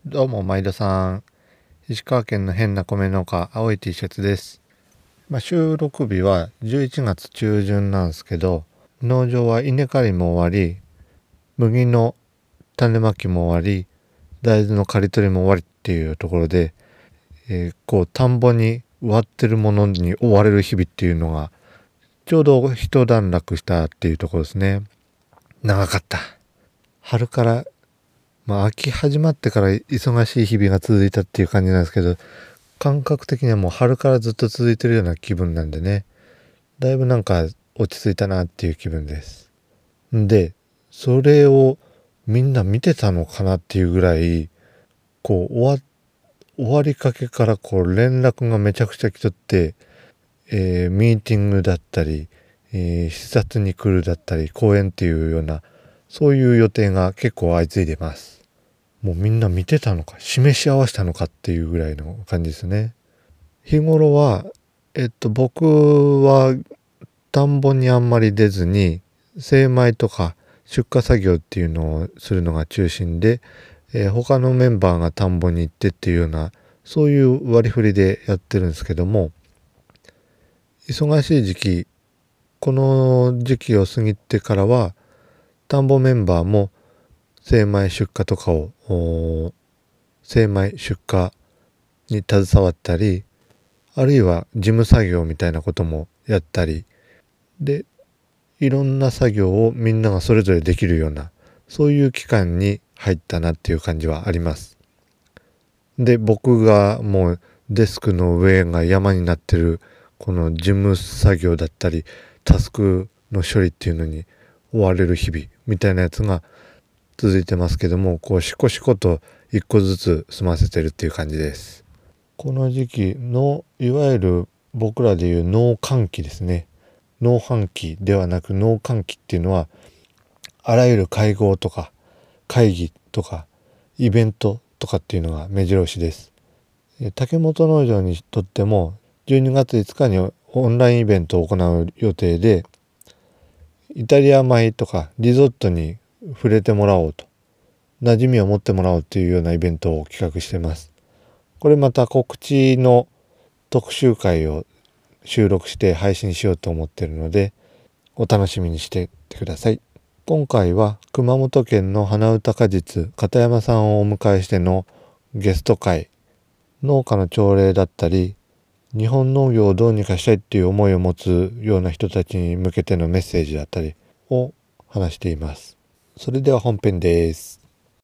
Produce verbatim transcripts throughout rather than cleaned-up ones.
どうも毎度さん、石川県の変な米農家青い T シャツです。まあ、収録日はじゅういちがつ中旬なんですけど、農場は稲刈りも終わり、麦の種まきも終わり、大豆の刈り取りも終わりっていうところで、えーこう田んぼに植わってるものに追われる日々っていうのがちょうど一段落したっていうところですね。長かった。春からまあ秋始まってから忙しい日々が続いたっていう感じなんですけど、感覚的にはもう春からずっと続いてるような気分なんでね、だいぶなんか落ち着いたなっていう気分です。で、それをみんな見てたのかなっていうぐらい、こう終わ終わりかけからこう連絡がめちゃくちゃ来とって、えーミーティングだったり、えー視察に来るだったり、講演っていうような、そういう予定が結構相次いでます。もうみんな見てたのか、示し合わせたのかっていうぐらいの感じですね。日頃は、えっと、僕は田んぼにあんまり出ずに、精米とか出荷作業っていうのをするのが中心で、えー他のメンバーが田んぼに行ってっていうような、そういう割り振りでやってるんですけども、忙しい時期、この時期を過ぎてからは、田んぼメンバーも精米出荷とかを、お精米出荷に携わったり、あるいは事務作業みたいなこともやったり、で、いろんな作業をみんながそれぞれできるような、そういう期間に入ったなっていう感じはあります。で、僕がもうデスクの上が山になってる、この事務作業だったり、タスクの処理っていうのに追われる日々みたいなやつが続いてますけども、こうしこしこと一個ずつ済ませてるっていう感じです。この時期のいわゆる僕らでいう農閑期ですね。農繁期ではなく農閑期っていうのは、あらゆる会合とか会議とかイベントとかっていうのが目白押しです。え竹本農場にとってもじゅうにがついつかにオンラインイベントを行う予定で、イタリア米とかリゾットに触れてもらおうと、馴染みを持ってもらおうっていうようなイベントを企画しています。これまた告知の特集会を収録して配信しようと思っているので、お楽しみにしていってください。今回は熊本県の花歌果実片山さんをお迎えしてのゲスト会、農家の朝礼だったり、日本農業をどうにかしたいっていう思いを持つような人たちに向けてのメッセージだったりを話しています。それでは本編です。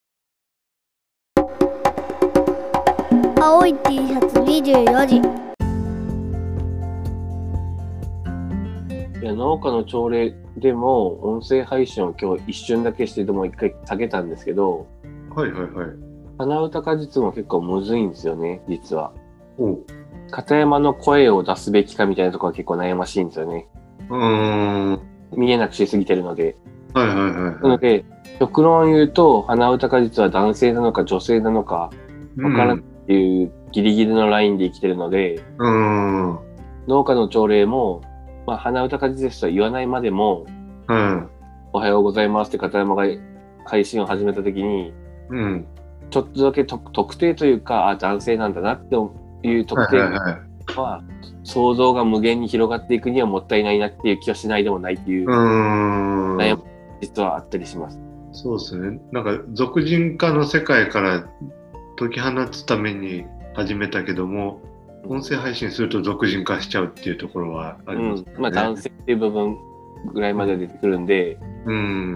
青い T シャツにじゅうよじ。 いや、農家の朝礼でも音声配信を今日一瞬だけしてでも一回下げたんですけど、 はいはいはい。 花歌果実も結構むずいんですよね、実は。 おう。 片山の声を出すべきかみたいなところが結構悩ましいんですよね。 うーん。 見えなくしすぎてるので。 はいはいはい、 なはい。 ので、極論を言うと、花歌果実は男性なのか女性なのかわからないっていうギリギリのラインで生きてるので、 うーん。 農家の朝礼も、まあ、花歌果実ですとは言わないまでも、 うん。 おはようございますって片山が配信を始めた時に、 うん。 ちょっとだけ特特定というか、あ、男性なんだなっていう特定はいはいはい。 は、想像が無限に広がっていくにはもったいないなっていう気はしないでもないっていううーん。 悩み実はあったりします。 そうですね。なんか、俗人化の世界から解き放つために始めたけども、音声配信すると俗人化しちゃうっていうところはありますね。 うん、まあ男性っていう部分ぐらいまで出てくるんで、 うん。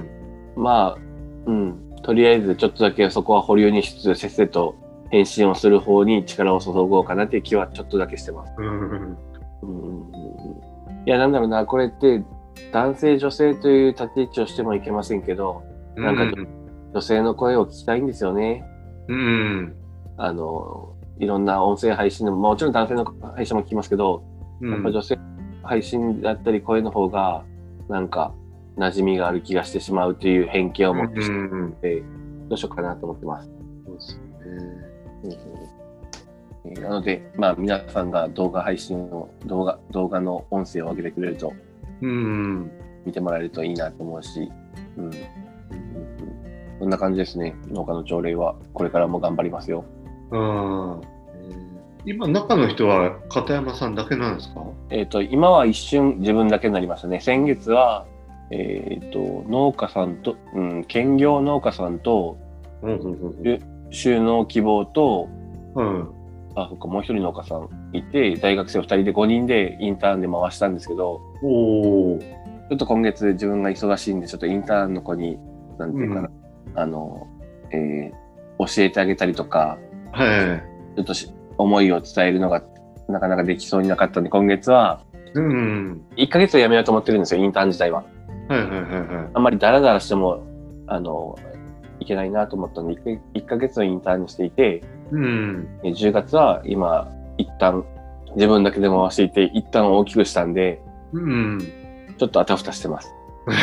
まあ、うん、とりあえずちょっとだけそこは保留にしつつ、せっせと返信をする方に力を注ごうかなっていう気はちょっとだけしてます。 うん。 うんうんうん、いや、なんだろうな、これって男性女性という立ち位置をしてもいけませんけど、なんか女性の声を聞きたいんですよね。 うん。 あの、いろんな音声配信でも、もちろん男性の配信も聞きますけど、 うん、 やっぱ女性配信だったり声の方が、なんか、馴染みがある気がしてしまうという偏見を持ってしまって、どうしようかなと思ってます。 そうですね。 うん、なので、まあ皆さんが動画配信を、動画、動画の音声を上げてくれると、 うん。 見てもらえるといいなと思うし、うん。 そんな感じですね。農家の朝礼はこれからも頑張りますよ。 ああ。今、中の人は片山さんだけなんですか？ えっと、今は一瞬自分だけになりましたね。先月は、えっと、農家さんと、うん、兼業農家さんと、 うんうんうん収納希望と、 うんあ、そっか、もう一人農家さんいて、大学生ふたりでごにんでインターンで回したんですけど、 おー。 ちょっと今月自分が忙しいんで、ちょっとインターンの子に、なんていうかな、あの、えー教えてあげたりとか、 はい。 ちょっとし思いを伝えるのがなかなかできそうになかったんで、今月はうんうん。 いっかげつはやめようと思ってるんですよ、インターン自体は。 はいはいはいはい。 あんまりダラダラしても、あの、いけないなと思ったので、いっかげつのインターンにしていて、 うん。 えじゅうがつは今、一旦自分だけで回していて、一旦大きくしたんで、 うん。 ちょっとあたふたしてます。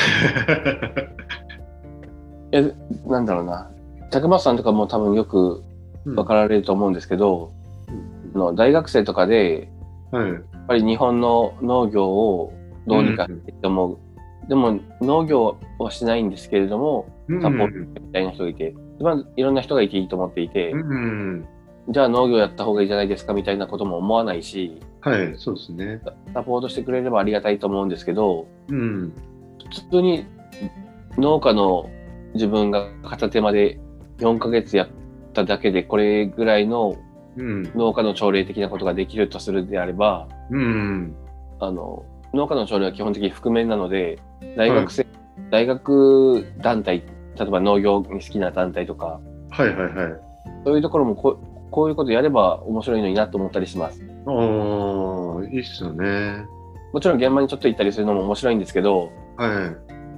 いや、なんだろうな。高松さんとかも多分よく分かられると思うんですけど、あの大学生とかで、 はい。 やっぱり日本の農業をどうにかしてって思う。でも農業はしないんですけれども、サポートみたいな人がいて、まあ、いろんな人がいていいと思っていて、 うん。 じゃあ農業やった方がいいじゃないですかみたいなことも思わないし、 はい、そうですね。 サポートしてくれればありがたいと思うんですけど、 うん。 普通に農家の自分が片手間でよんかげつやっただけでこれぐらいのうん。 農家の朝礼的なことができるとするであれば、 うん。 あの農家の朝礼は基本的に覆面なので、大学生、はい、大学団体、例えば農業に好きな団体とか、 はいはいはい。 そういうところもこう、こういうことやれば面白いのになと思ったりします。 ああ、いいっすよね。 もちろん現場にちょっと行ったりするのも面白いんですけど、 はい。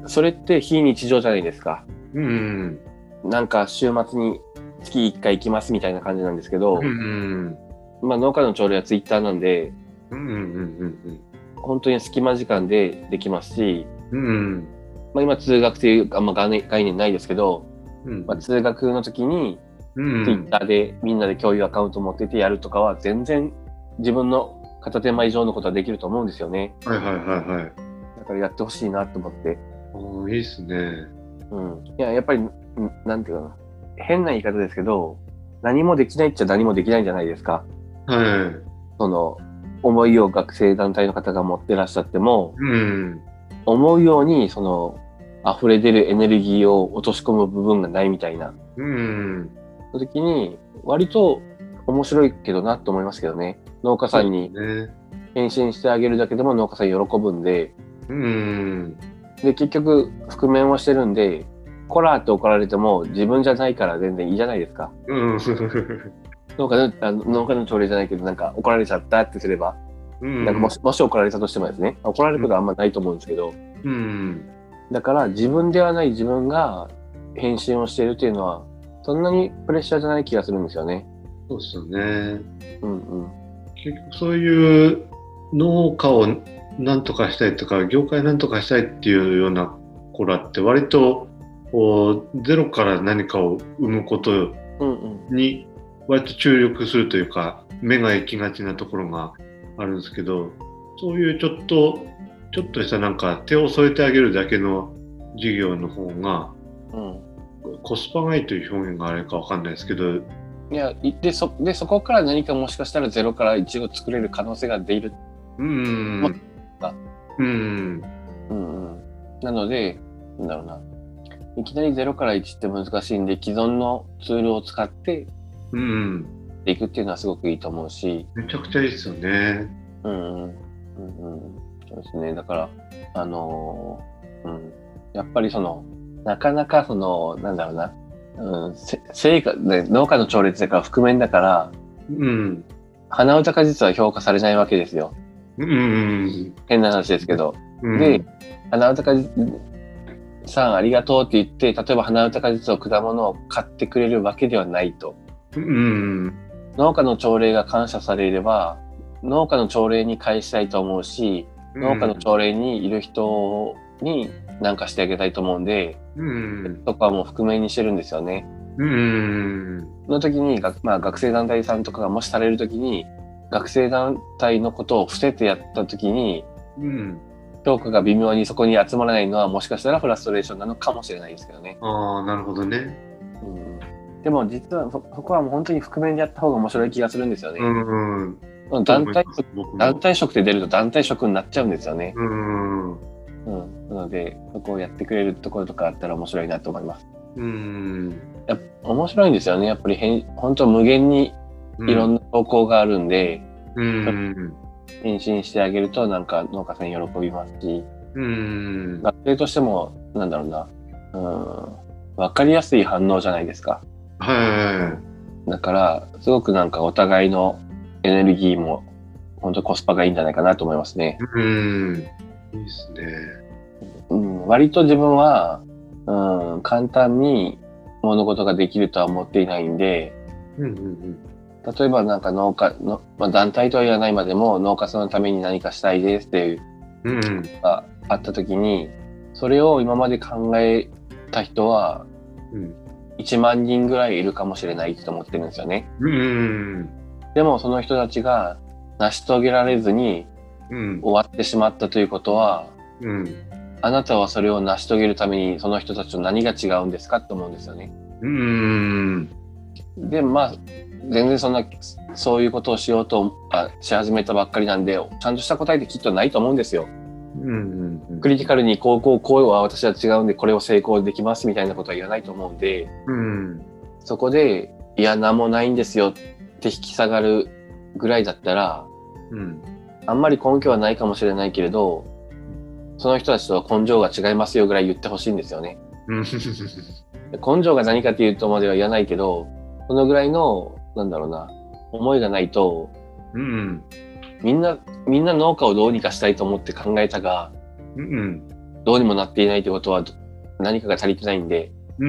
それって非日常じゃないですか。 うん。 なんか週末に月いっかい行きますみたいな感じなんですけど、 うん。 まあ農家の朝礼はツイッターなんで、 うんうんうんうん本当に隙間時間でできますし、 うん。 まあ今通学っていうあんま概念概念ないですけど、 うんまあ、通学の時にうん。 ツイッターでみんなで共有アカウント持っててやるとかは全然自分の片手間以上のことはできると思うんですよね。 はいはいはいはい。 だからやってほしいなと思って。 おー、いいっすね。 うん。いや、やっぱり、なんていうかな。変な言い方ですけど、何もできないっちゃ何もできないじゃないですか。 はい。 その、思いを学生団体の方が持ってらっしゃっても、 うん。 思うように、その、溢れ出るエネルギーを落とし込む部分がないみたいな。 うん。 その時に、割と面白いけどなと思いますけどね。農家さんに返信してあげるだけでも農家さん喜ぶんで、 うん。 で、結局、覆面をしてるんで、コラーって怒られても自分じゃないから全然いいじゃないですか。 うん。 農家の、あの農家の朝礼じゃないけど、なんか怒られちゃったってすれば、 うん、 なんかもし、もし怒られたとしてもですね、怒られることはあんまないと思うんですけど、 うん。 だから自分ではない自分が返信をしているっていうのは、そんなにプレッシャーじゃない気がするんですよね。 そうっすよね。 うんうん。 結局そういう農家をなんとかしたいとか、業界なんとかしたいっていうような子らって割とこうゼロから何かを生むことに割と注力するというか、目が行きがちなところがあるんですけど、そういうちょっとちょっとしたなんか手を添えてあげるだけの事業の方が、うん、コスパがいいという表現があれかわかんないですけど、 いやで そ, でそこから何かもしかしたらゼロからいちを作れる可能性が出る。 うん、 まうん、 うんうん。なのでなんだろうな、いきなりゼロからいちって難しいんで、既存のツールを使っていくっていうのはすごくいいと思うし、 めちゃくちゃいいですよね。 うんうんうんうん。そうですね。だからあのー、うん、やっぱりそのなかなかそのなんだろうな、うん、成果ね、農家の朝礼だから覆面だから、 うん、 鼻歌果実は評価されないわけですよ。 うん、 変な話ですけど、 うん、 で鼻歌果実さんありがとうって言って、例えば鼻歌果実を果物を買ってくれるわけではないと、 うん、 農家の朝礼が感謝されれば農家の朝礼に返したいと思うし、農家の朝礼にいる人に何かしてあげたいと思うんで、 うん、 そこはもう覆面にしてるんですよね。 うん、 の時に、まあ、学生団体さんとかがもしされる時に、学生団体のことを伏せてやった時に、 うん、 評価が微妙にそこに集まらないのはもしかしたらフラストレーションなのかもしれないですけどね。 ああ、なるほどね。 うん、でも実は そ, そこはもう本当に覆面でやった方が面白い気がするんですよね。 うんうん、 団体団体色で出ると団体色になっちゃうんですよね。 うんうん、なのでそこをやってくれるところとかあったら面白いなと思います。 うんやっぱ面白いんですよね。やっぱり変本当無限にいろんな投稿があるんで、 うん、 返信してあげるとなんか農家さん喜びますし、 うん、 学生としてもなんだろうな、うん、分かりやすい反応じゃないですか。 はい。 だからすごくなんかお互いのエネルギーも本当コスパがいいんじゃないかなと思いますね。 うん、いいですね。 うん、割と自分は、うん、簡単に物事ができるとは思っていないんで、 うんうんうん、 例えばなんか農家の、まあ、団体とは言わないまでも農家さんのために何かしたいですっていうのがあった時に、それを今まで考えた人は、うんいちまんにんぐらいいるかもしれないと思ってるんですよね。 うん、 でもその人たちが成し遂げられずに終わってしまったということは、うん、あなたはそれを成し遂げるためにその人たちと何が違うんですかと思うんですよね。 うん、 でまあ全然そんなそういうことをしようとあし始めたばっかりなんでちゃんとした答えってきっとないと思うんですよ。うんうんうん、クリティカルにこうこうこうは私は違うんでこれを成功できますみたいなことは言わないと思うんで、うん、そこでいや何もないんですよって引き下がるぐらいだったら、うん、あんまり根拠はないかもしれないけれどその人たちとは根性が違いますよぐらい言ってほしいんですよね。根性が何かっていうとまでは言わないけどそのぐらいのなんだろうな思いがないと、うん、みんなみんな農家をどうにかしたいと思って考えたが、うん、どうにもなっていないということは何かが足りてないんで、うん、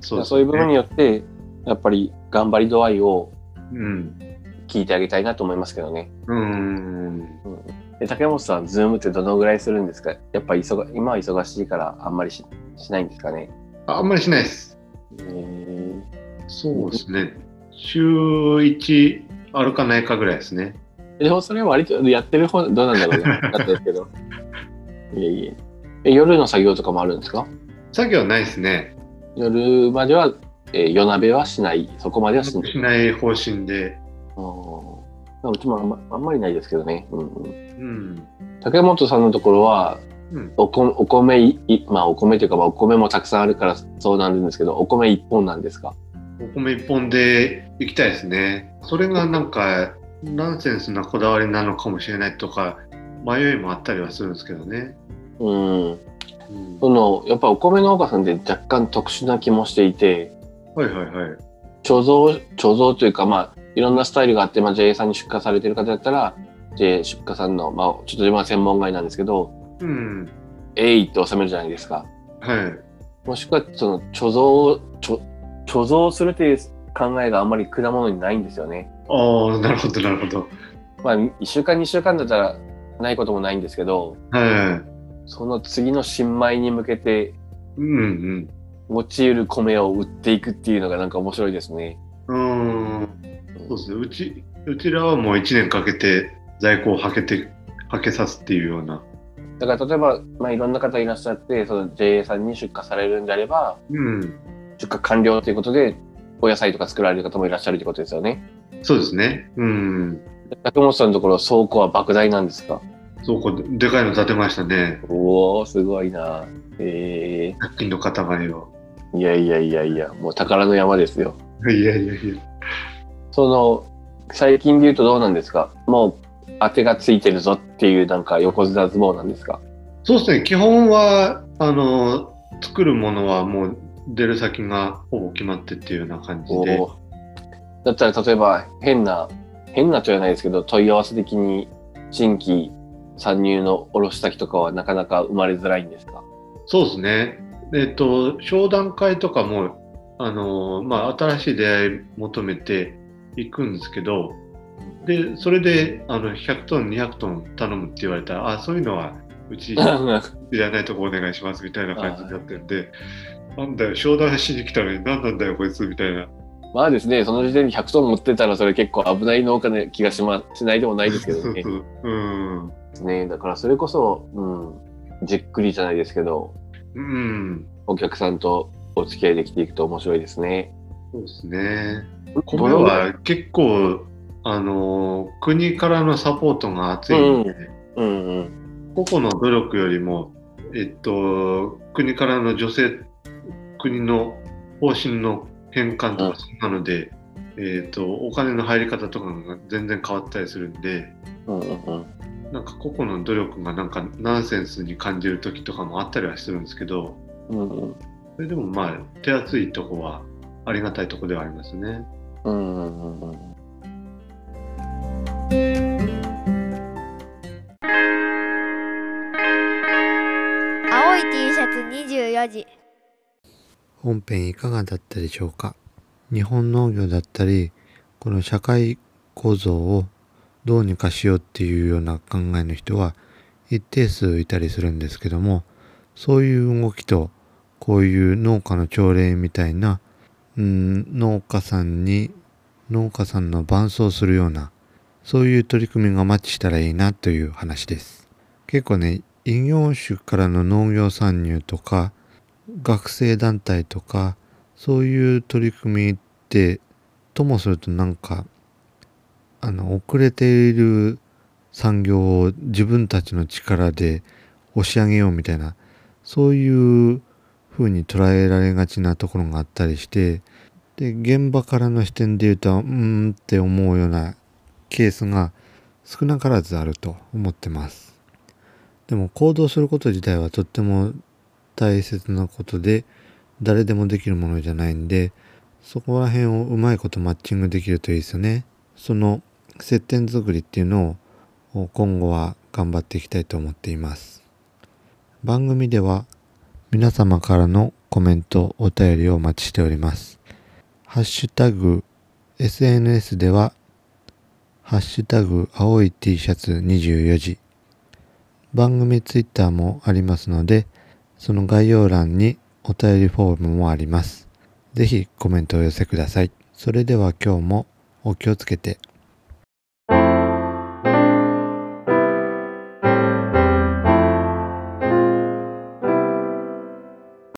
そうですね、そういう部分によってやっぱり頑張り度合いを聞いてあげたいなと思いますけどね。うん、で竹本さん、ズームってどのぐらいするんですか？やっぱり忙今は忙しいからあんまり し, しないんですかね？ あんまりしないです。えー、そうですね。週いちあるかないかぐらいですね。 でもそれは割とやってる方どうなんだろうね。だったですけど。いえいえ。え、夜の作業とかもあるんですか？ 作業ないですね。 夜までは、えー、夜鍋はしない。そこまではしない。 しない方針で。 あうちもあんま、あんまりないですけどね。うんうん。うん、竹本さんのところは、うん、お, こお米い、まあお米というか、まあ、お米もたくさんあるからそうなるんですけど、お米一本なんですか？ お米一本でいきたいですね。それがなんかナンセンスなこだわりなのかもしれないとか迷いもあったりはするんですけどね。うん。うん、 そのやっぱお米農家さんって若干特殊な気もしていて、 はいはいはい。 貯蔵貯蔵というかまあいろんなスタイルがあって、まあ ジェーエー さんに出荷されてる方だったら ジェーエー 出荷さんのまあちょっと自分は専門外なんですけど、うん、えいって収めるじゃないですか。 はい。 もしくはその貯蔵貯貯蔵するという考えがあんまり果物にないんですよね。 ああ、なるほどなるほど。 まあいっしゅうかんにしゅうかんだったらないこともないんですけど、はい、その次の新米に向けてうんうん用いる米を売っていくっていうのがなんか面白いですね。 うん、そうですね。うちうちらはもういちねんかけて在庫をはけてはけさすっていうような。 だから例えばまあいろんな方いらっしゃってその ジェーエー さんに出荷されるんであれば、うん、出荷完了ということでお野菜とか作られる方もいらっしゃるということですよね。 そうですね。うん。 竹本さんのところ倉庫は莫大なんですか？ 倉庫でかいの建てましたね。 おお、すごいな。ええー。借金の塊を。 いやいやいやいや、もう宝の山ですよ。 いやいやいや。 その最近で言うとどうなんですか？もう当てがついてるぞっていうなんか横綱相撲なんですか？ そうですね。基本はあの作るものはもう出る先がほぼ決まってっていうような感じで。 だったら例えば変な変なとはないですけど問い合わせ的に新規参入の卸先とかはなかなか生まれづらいんですか？ そうですね。えっと商談会とかもあのまあ新しい出会い求めていくんですけど、でそれであのひゃくトンにひゃくトン頼むって言われたら、あそういうのはうちじゃないとこお願いしますみたいな感じになってるんで、なんだよ商談しに来たのに何なんだよこいつみたいな。 まあですね、その時点でひゃくトン持ってたらそれ結構危ない農家の気がしましないでもないですけどね。そうそうそう、うん。 ね、だからそれこそ、うん、じっくりじゃないですけど、 うん、 お客さんとお付き合いできていくと面白いですね。 そうですね。 ど米のは結構、あの、国からのサポートが厚いんで、 うんうん個々の努力よりも、えっと、国からの助成、国の方針の変換とかそんなので、えっと、お金の入り方とかが全然変わったりするんで、 うんうんうんなんか個々の努力がなんかナンセンスに感じる時とかもあったりはするんですけど、 うんうんそれでもまあ手厚いとこはありがたいとこではありますね。 うんうんうんうん。 青い T シャツにじゅうよじ。 本編いかがだったでしょうか。日本農業だったり、この社会構造をどうにかしようっていうような考えの人は一定数いたりするんですけども、そういう動きとこういう農家の朝礼みたいな、うん、農家さんに農家さんの伴走するような、そういう取り組みがマッチしたらいいなという話です。結構ね、異業種からの農業参入とか、学生団体とか、そういう取り組みってともするとなんかあの遅れている産業を自分たちの力で押し上げようみたいな、そういう風に捉えられがちなところがあったりして、で現場からの視点で言うとうーんって思うようなケースが少なからずあると思ってます。でも行動すること自体はとっても大切なことで、誰でもできるものじゃないんで、そこら辺をうまいことマッチングできるといいですよね。その接点作りっていうのを今後は頑張っていきたいと思っています。番組では皆様からのコメント、お便りをお待ちしております。ハッシュタグ エスエヌエス ではハッシュタグ青い T シャツにじゅうよじ、番組ツイッターもありますので、その概要欄にお便りフォームもあります。ぜひコメントをお寄せください。それでは今日もお気をつけて。